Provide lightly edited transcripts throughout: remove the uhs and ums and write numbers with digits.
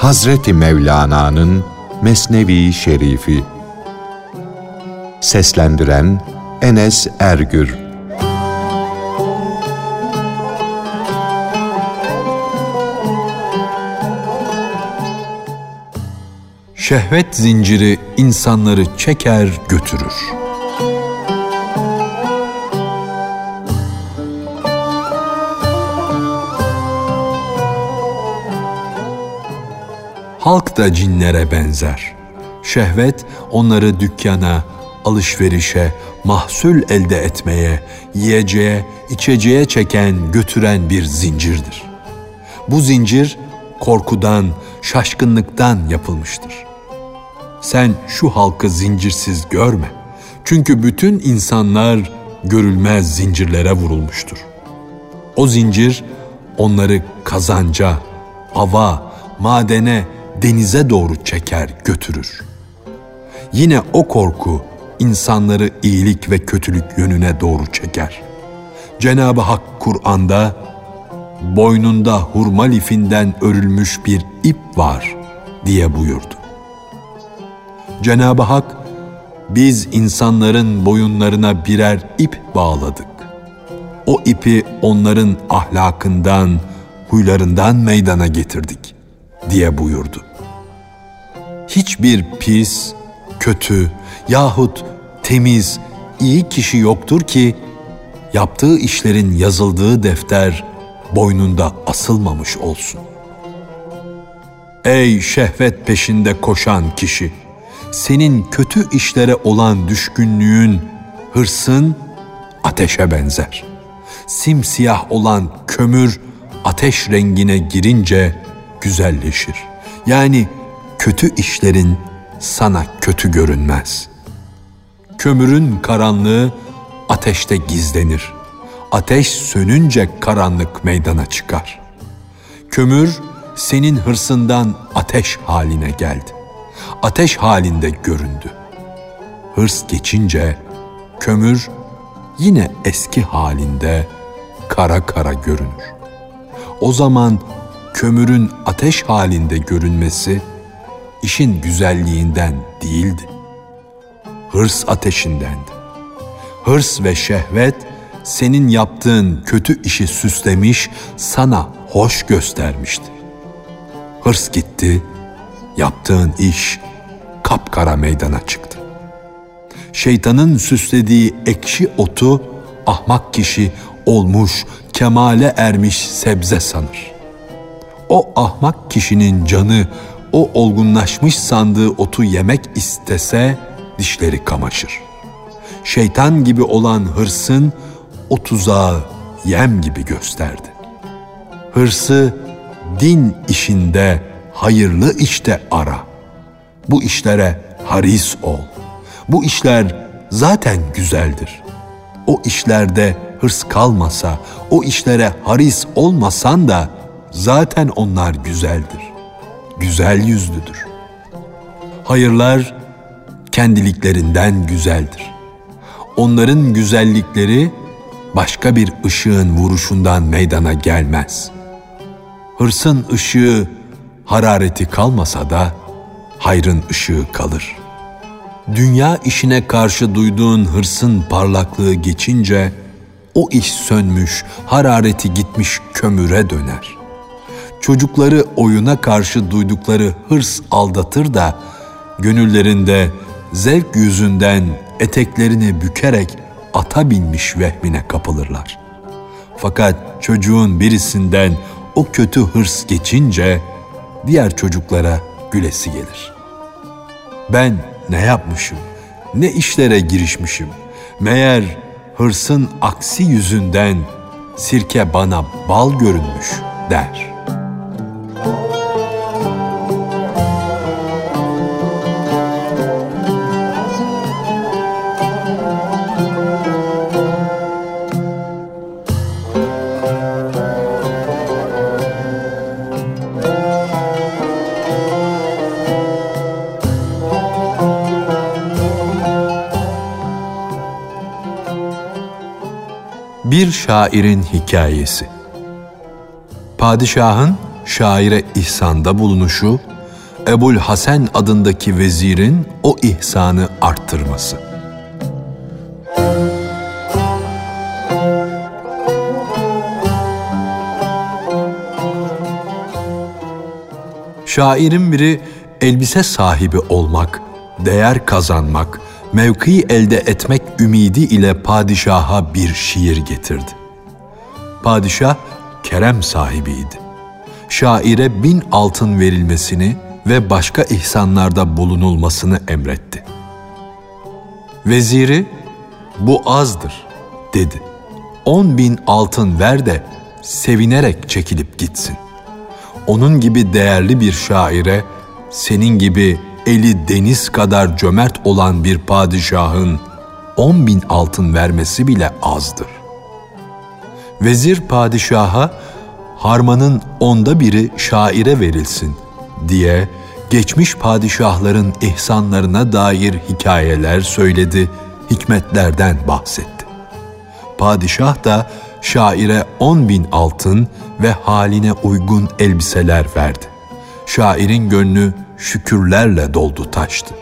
Hazreti Mevlana'nın Mesnevi Şerifi. Seslendiren Enes Ergür. Şehvet zinciri insanları çeker götürür. Halk da cinlere benzer. Şehvet onları dükkana, alışverişe, mahsul elde etmeye, yiyeceğe, içeceğe çeken, götüren bir zincirdir. Bu zincir korkudan, şaşkınlıktan yapılmıştır. Sen şu halkı zincirsiz görme. Çünkü bütün insanlar görülmez zincirlere vurulmuştur. O zincir onları kazanca, ava, madene, denize doğru çeker, götürür. Yine o korku insanları iyilik ve kötülük yönüne doğru çeker. Cenab-ı Hak Kur'an'da boynunda hurma lifinden örülmüş bir ip var diye buyurdu. Cenab-ı Hak, biz insanların boyunlarına birer ip bağladık. O ipi onların ahlakından, huylarından meydana getirdik diye buyurdu. Hiçbir pis, kötü yahut temiz, iyi kişi yoktur ki yaptığı işlerin yazıldığı defter boynunda asılmamış olsun. Ey şehvet peşinde koşan kişi! Senin kötü işlere olan düşkünlüğün, hırsın ateşe benzer. Simsiyah olan kömür ateş rengine girince güzelleşir. Yani kötü işlerin sana kötü görünmez. Kömürün karanlığı ateşte gizlenir. Ateş sönünce karanlık meydana çıkar. Kömür senin hırsından ateş haline geldi. Ateş halinde göründü. Hırs geçince kömür yine eski halinde kara kara görünür. O zaman kömürün ateş halinde görünmesi işin güzelliğinden değildi. Hırs ateşindendi. Hırs ve şehvet senin yaptığın kötü işi süslemiş, sana hoş göstermişti. Hırs gitti, yaptığın iş kapkara meydana çıktı. Şeytanın süslediği ekşi otu ahmak kişi olmuş, kemale ermiş sebze sanır. O ahmak kişinin canı o olgunlaşmış sandığı otu yemek istese dişleri kamaşır. Şeytan gibi olan hırsın o tuzağı yem gibi gösterdi. Hırsı din işinde, hayırlı işte ara. Bu işlere haris ol. Bu işler zaten güzeldir. O işlerde hırs kalmasa, o işlere haris olmasan da zaten onlar güzeldir. Güzel yüzlüdür. Hayırlar kendiliklerinden güzeldir. Onların güzellikleri başka bir ışığın vuruşundan meydana gelmez. Hırsın ışığı, harareti kalmasa da hayrın ışığı kalır. Dünya işine karşı duyduğun hırsın parlaklığı geçince o iş sönmüş, harareti gitmiş kömüre döner. Çocukları oyuna karşı duydukları hırs aldatır da gönüllerinde zevk yüzünden eteklerini bükerek ata binmiş vehmine kapılırlar. Fakat çocuğun birisinden o kötü hırs geçince diğer çocuklara gülesi gelir. Ben ne yapmışım, ne işlere girişmişim, meğer hırsın aksi yüzünden sirke bana bal görünmüş der. Bir şairin hikayesi. Padişahın şaire ihsanda bulunuşu Ebul Hasan adındaki vezirin o ihsanı arttırması. Şairin biri elbise sahibi olmak, değer kazanmak, mevki elde etmek ümidi ile padişaha bir şiir getirdi. Padişah kerem sahibiydi. Şaire 1000 altın verilmesini ve başka ihsanlarda bulunulmasını emretti. Veziri, "Bu azdır," dedi. 10.000 altın ver de sevinerek çekilip gitsin. Onun gibi değerli bir şaire, senin gibi eli deniz kadar cömert olan bir padişahın 10.000 altın vermesi bile azdır. Vezir padişaha, harmanın 1/10 şaire verilsin diye geçmiş padişahların ihsanlarına dair hikayeler söyledi, hikmetlerden bahsetti. Padişah da şaire 10.000 altın ve haline uygun elbiseler verdi. Şairin gönlü şükürlerle doldu taştı.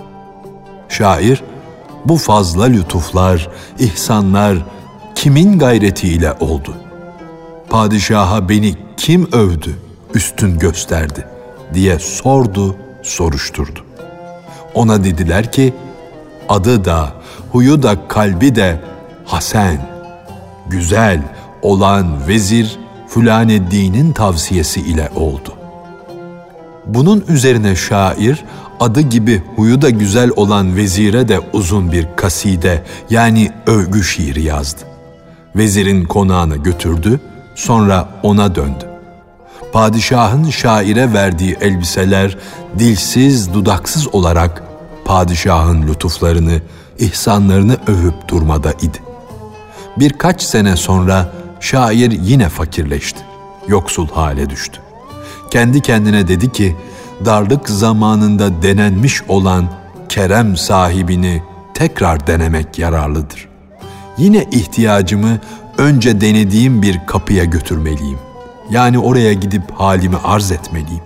Şair, bu fazla lütuflar, ihsanlar kimin gayretiyle oldu? Padişaha beni kim övdü, üstün gösterdi diye sordu, soruşturdu. Ona dediler ki, adı da, huyu da, kalbi de Hasan, güzel olan vezir Fulaneddin'in tavsiyesi ile oldu. Bunun üzerine şair, adı gibi huyu da güzel olan vezire de uzun bir kaside, yani övgü şiiri yazdı. Vezirin konağına götürdü, sonra ona döndü. Padişahın şaire verdiği elbiseler dilsiz dudaksız olarak padişahın lütuflarını, ihsanlarını övüp durmada idi. Birkaç sene sonra şair yine fakirleşti, yoksul hale düştü. Kendi kendine dedi ki, darlık zamanında denenmiş olan kerem sahibini tekrar denemek yararlıdır. Yine ihtiyacımı önce denediğim bir kapıya götürmeliyim. Yani oraya gidip halimi arz etmeliyim.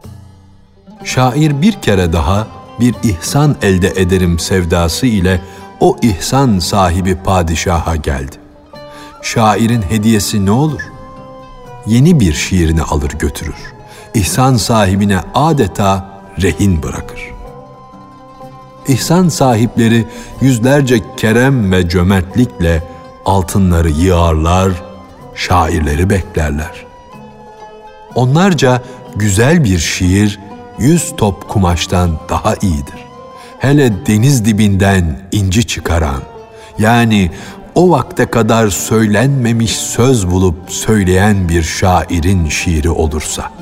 Şair bir kere daha bir ihsan elde ederim sevdası ile o ihsan sahibi padişaha geldi. Şairin hediyesi ne olur? Yeni bir şiirini alır götürür. İhsan sahibine adeta rehin bırakır. İhsan sahipleri yüzlerce kerem ve cömertlikle altınları yığarlar, şairleri beklerler. Onlarca güzel bir şiir 100 top kumaştan daha iyidir. Hele deniz dibinden inci çıkaran, yani o vakte kadar söylenmemiş söz bulup söyleyen bir şairin şiiri olursa.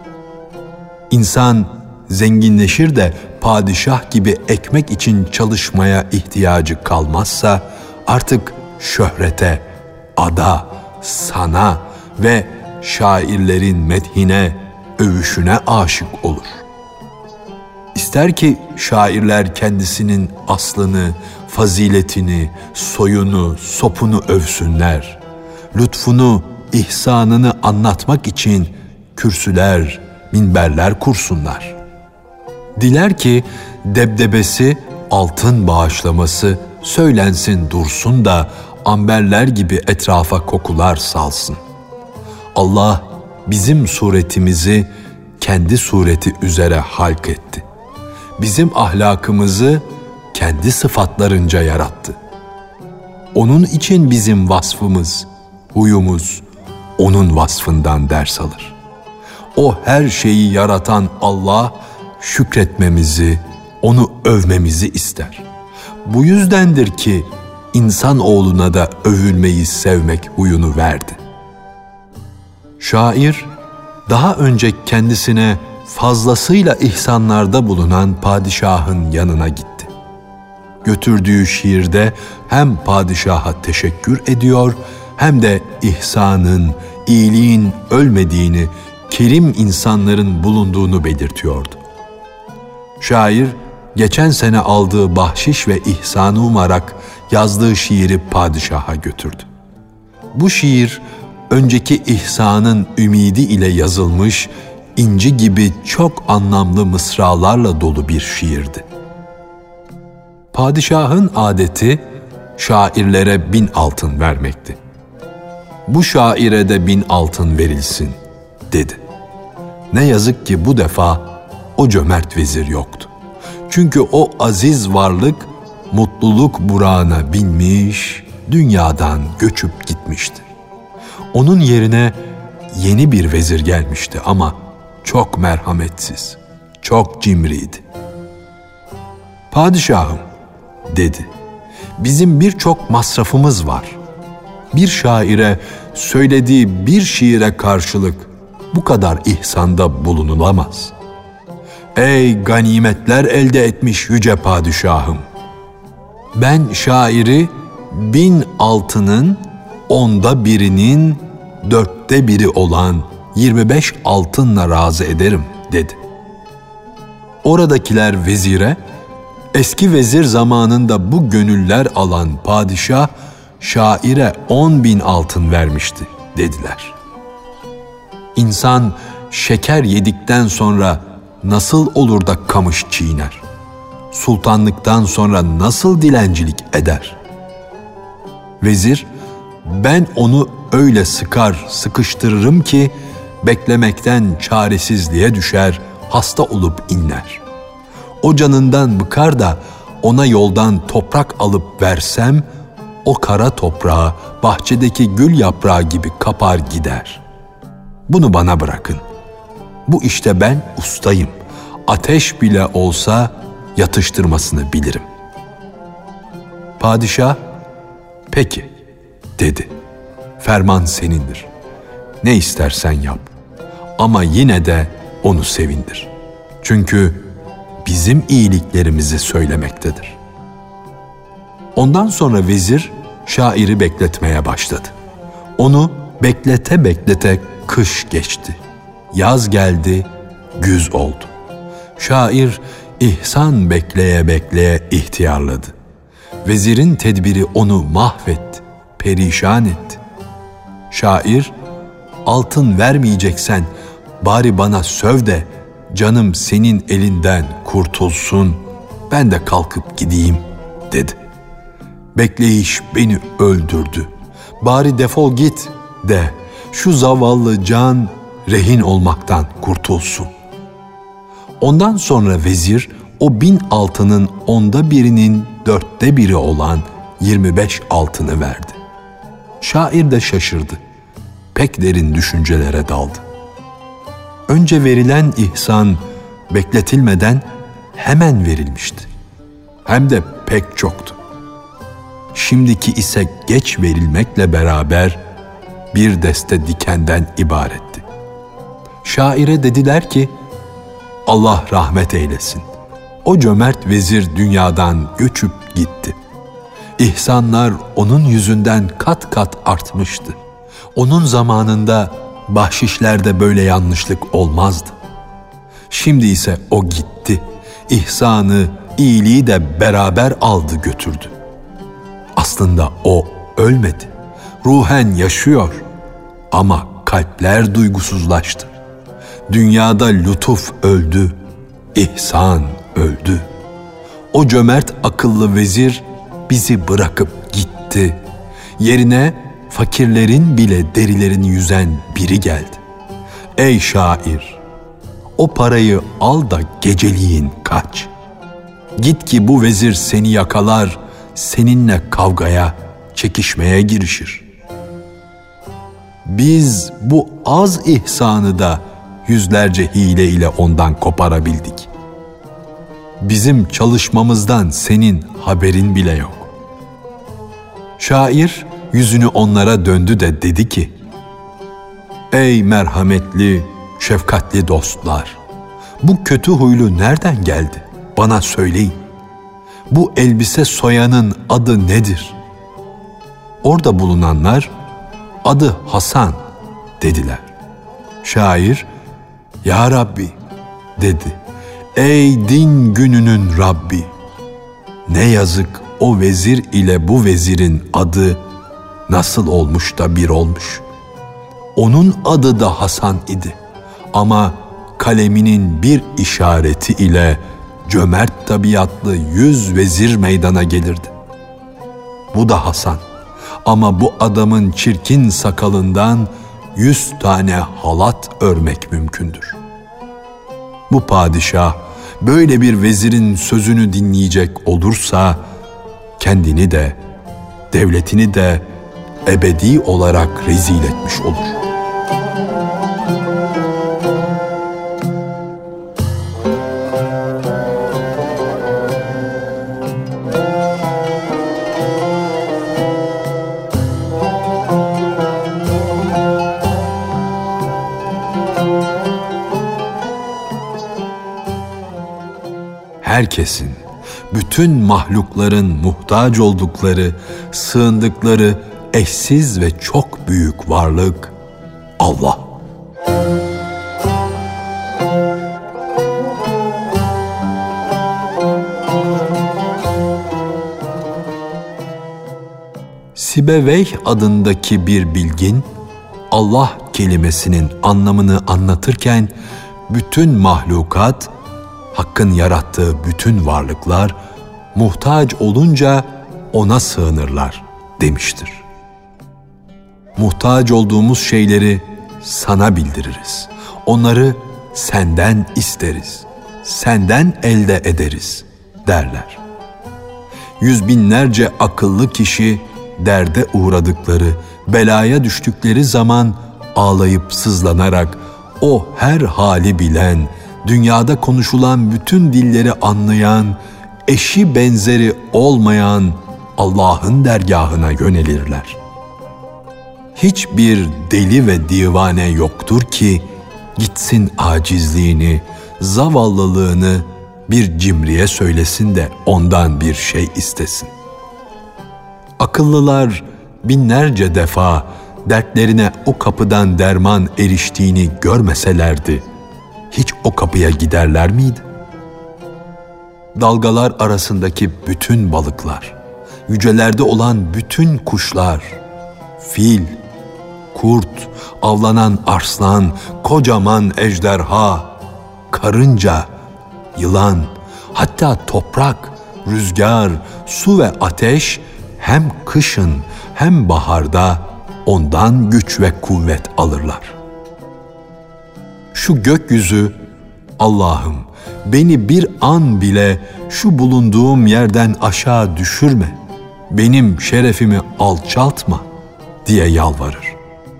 İnsan zenginleşir de padişah gibi ekmek için çalışmaya ihtiyacı kalmazsa artık şöhrete, ada, sana ve şairlerin medhine, övüşüne aşık olur. İster ki şairler kendisinin aslını, faziletini, soyunu, sopunu övsünler. Lütfunu, ihsanını anlatmak için kürsüler, minberler kursunlar. Diler ki debdebesi, altın bağışlaması söylensin dursun da amberler gibi etrafa kokular salsın. Allah bizim suretimizi kendi sureti üzere halk etti. Bizim ahlakımızı kendi sıfatlarınca yarattı. Onun için bizim vasfımız, huyumuz onun vasfından ders alır. O her şeyi yaratan Allah şükretmemizi, onu övmemizi ister. Bu yüzdendir ki insanoğluna da övülmeyi sevmek huyunu verdi. Şair, daha önce kendisine fazlasıyla ihsanlarda bulunan padişahın yanına gitti. Götürdüğü şiirde hem padişaha teşekkür ediyor, hem de ihsanın, iyiliğin ölmediğini, kerim insanların bulunduğunu belirtiyordu. Şair, geçen sene aldığı bahşiş ve ihsanı umarak yazdığı şiiri padişaha götürdü. Bu şiir, önceki ihsanın ümidi ile yazılmış, inci gibi çok anlamlı mısralarla dolu bir şiirdi. Padişahın adeti şairlere 1000 altın vermekti. Bu şaire de 1000 altın verilsin dedi. Ne yazık ki bu defa o cömert vezir yoktu. Çünkü o aziz varlık mutluluk burağına binmiş, dünyadan göçüp gitmişti. Onun yerine yeni bir vezir gelmişti ama çok merhametsiz, çok cimriydi. "Padişahım," dedi, "bizim birçok masrafımız var. Bir şaire söylediği bir şiire karşılık bu kadar ihsanda bulunulamaz. Ey ganimetler elde etmiş yüce padişahım! Ben şairi 1000 altının 10'da birinin 4'te biri olan 25 altınla razı ederim," dedi. Oradakiler vezire, eski vezir zamanında bu gönüller alan padişah, şaire 10.000 altın vermişti, dediler. İnsan şeker yedikten sonra nasıl olur da kamış çiğner? Sultanlıktan sonra nasıl dilencilik eder? Vezir, "Ben onu öyle sıkar, sıkıştırırım ki beklemekten çaresizliğe düşer, hasta olup inler. O canından bıkar da ona yoldan toprak alıp versem, o kara toprağı bahçedeki gül yaprağı gibi kapar gider. Bunu bana bırakın. Bu işte ben ustayım. Ateş bile olsa yatıştırmasını bilirim." Padişah, "Peki," dedi. "Ferman senindir. Ne istersen yap. Ama yine de onu sevindir. Çünkü bizim iyiliklerimizi söylemektedir." Ondan sonra vezir şairi bekletmeye başladı. Onu beklete beklete kış geçti. Yaz geldi, güz oldu. Şair ihsan bekleye bekleye ihtiyarladı. Vezirin tedbiri onu mahvetti, perişan etti. Şair, "Altın vermeyeceksen bari bana söv de canım senin elinden kurtulsun, ben de kalkıp gideyim," dedi. "Bekleyiş beni öldürdü. Bari defol git de şu zavallı can rehin olmaktan kurtulsun." Ondan sonra vezir o 1000 altının 10'da birinin 4'te biri olan 25 altını verdi. Şair de şaşırdı. Pek derin düşüncelere daldı. Önce verilen ihsan bekletilmeden hemen verilmişti. Hem de pek çoktu. Şimdiki ise geç verilmekle beraber bir deste dikenden ibaretti. Şaire dediler ki, "Allah rahmet eylesin. O cömert vezir dünyadan göçüp gitti. İhsanlar onun yüzünden kat kat artmıştı. Onun zamanında bahşişlerde böyle yanlışlık olmazdı. Şimdi ise o gitti. İhsanı, iyiliği de beraber aldı götürdü. Aslında o ölmedi. Ruhen yaşıyor. Ama kalpler duygusuzlaştı. Dünyada lütuf öldü, ihsan öldü. O cömert akıllı vezir bizi bırakıp gitti. Yerine fakirlerin bile derilerini yüzen biri geldi. Ey şair, o parayı al da geceliğin kaç. Git ki bu vezir seni yakalar, seninle kavgaya, çekişmeye girişir. Biz bu az ihsanı da yüzlerce hile ile ondan koparabildik. Bizim çalışmamızdan senin haberin bile yok." Şair yüzünü onlara döndü de dedi ki, "Ey merhametli, şefkatli dostlar, bu kötü huylu nereden geldi? Bana söyleyin. Bu elbise soyanın adı nedir?" Orada bulunanlar, "Adı Hasan," dediler. Şair, "Ya Rabbi," dedi, "ey din gününün Rabbi, ne yazık o vezir ile bu vezirin adı nasıl olmuş da bir olmuş. Onun adı da Hasan idi ama kaleminin bir işareti ile cömert tabiatlı 100 vezir meydana gelirdi. Bu da Hasan. Ama bu adamın çirkin sakalından 100 tane halat örmek mümkündür. Bu padişah böyle bir vezirin sözünü dinleyecek olursa kendini de devletini de ebedi olarak rezil etmiş olur. Herkesin, bütün mahlukların muhtaç oldukları, sığındıkları eşsiz ve çok büyük varlık Allah. Sibeveyh adındaki bir bilgin, Allah kelimesinin anlamını anlatırken bütün mahlukat, Hakk'ın yarattığı bütün varlıklar muhtaç olunca ona sığınırlar demiştir. Muhtaç olduğumuz şeyleri sana bildiririz. Onları senden isteriz. Senden elde ederiz derler. Yüz binlerce akıllı kişi derde uğradıkları, belaya düştükleri zaman ağlayıp sızlanarak o her hali bilen, dünyada konuşulan bütün dilleri anlayan, eşi benzeri olmayan Allah'ın dergahına yönelirler. Hiçbir deli ve divane yoktur ki gitsin acizliğini, zavallılığını bir cimriye söylesin de ondan bir şey istesin. Akıllılar binlerce defa dertlerine o kapıdan derman eriştiğini görmeselerdi, hiç o kapıya giderler miydi? Dalgalar arasındaki bütün balıklar, yücelerde olan bütün kuşlar, fil, kurt, avlanan arslan, kocaman ejderha, karınca, yılan, hatta toprak, rüzgar, su ve ateş hem kışın hem baharda ondan güç ve kuvvet alırlar. Şu gökyüzü, Allah'ım beni bir an bile şu bulunduğum yerden aşağı düşürme, benim şerefimi alçaltma diye yalvarır.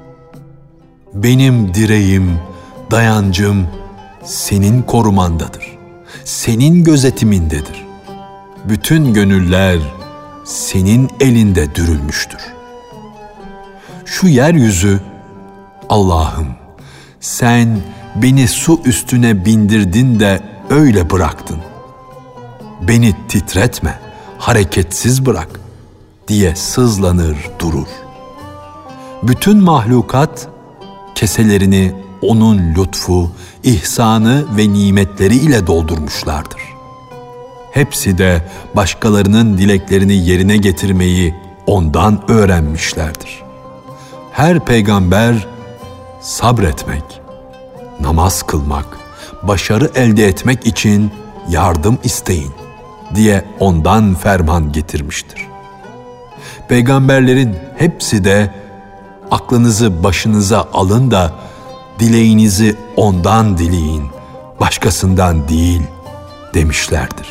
Benim direğim, dayancım senin korumandadır, senin gözetimindedir. Bütün gönüller senin elinde dürülmüştür. Şu yeryüzü, Allah'ım sen beni su üstüne bindirdin de öyle bıraktın. Beni titretme, hareketsiz bırak diye sızlanır durur. Bütün mahlukat keselerini onun lütfu, ihsanı ve nimetleri ile doldurmuşlardır. Hepsi de başkalarının dileklerini yerine getirmeyi ondan öğrenmişlerdir. Her peygamber sabretmek, namaz kılmak, başarı elde etmek için yardım isteyin diye ondan ferman getirmiştir. Peygamberlerin hepsi de aklınızı başınıza alın da dileğinizi ondan dileyin, başkasından değil demişlerdir.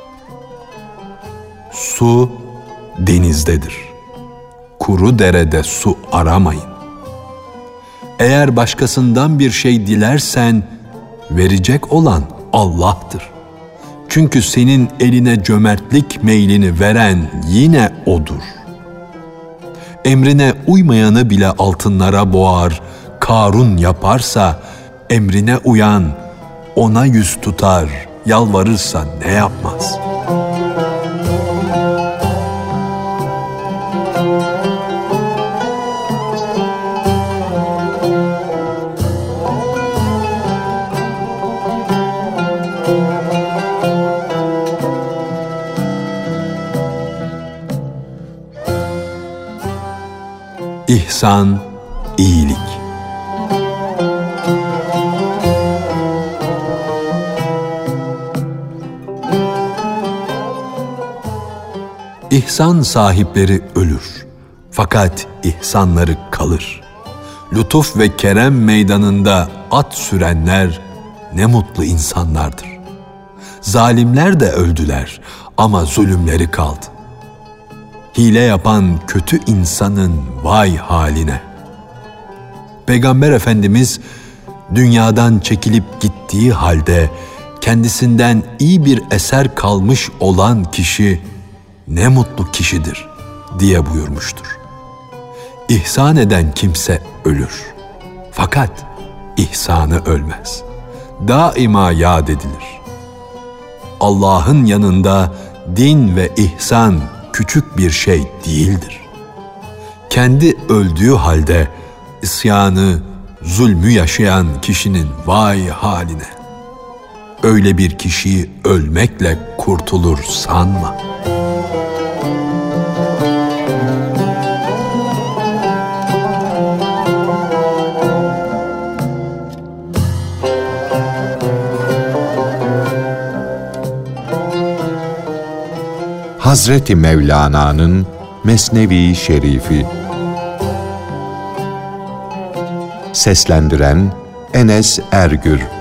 Su denizdedir. Kuru derede su aramayın. Eğer başkasından bir şey dilersen verecek olan Allah'tır. Çünkü senin eline cömertlik meylini veren yine O'dur. Emrine uymayanı bile altınlara boğar, Karun yaparsa emrine uyan, ona yüz tutar, yalvarırsa ne yapmaz? İhsan, iyilik. İhsan sahipleri ölür. Fakat ihsanları kalır. Lütuf ve kerem meydanında at sürenler ne mutlu insanlardır. Zalimler de öldüler ama zulümleri kaldı. Hile yapan kötü insanın vay haline. Peygamber Efendimiz dünyadan çekilip gittiği halde kendisinden iyi bir eser kalmış olan kişi ne mutlu kişidir diye buyurmuştur. İhsan eden kimse ölür. Fakat ihsanı ölmez. Daima yad edilir. Allah'ın yanında din ve ihsan küçük bir şey değildir. Kendi öldüğü halde isyanı, zulmü yaşayan kişinin vay haline. Öyle bir kişiyi ölmekle kurtulur sanma. Hazreti Mevlana'nın Mesnevi Şerifi. Seslendiren Enes Ergür.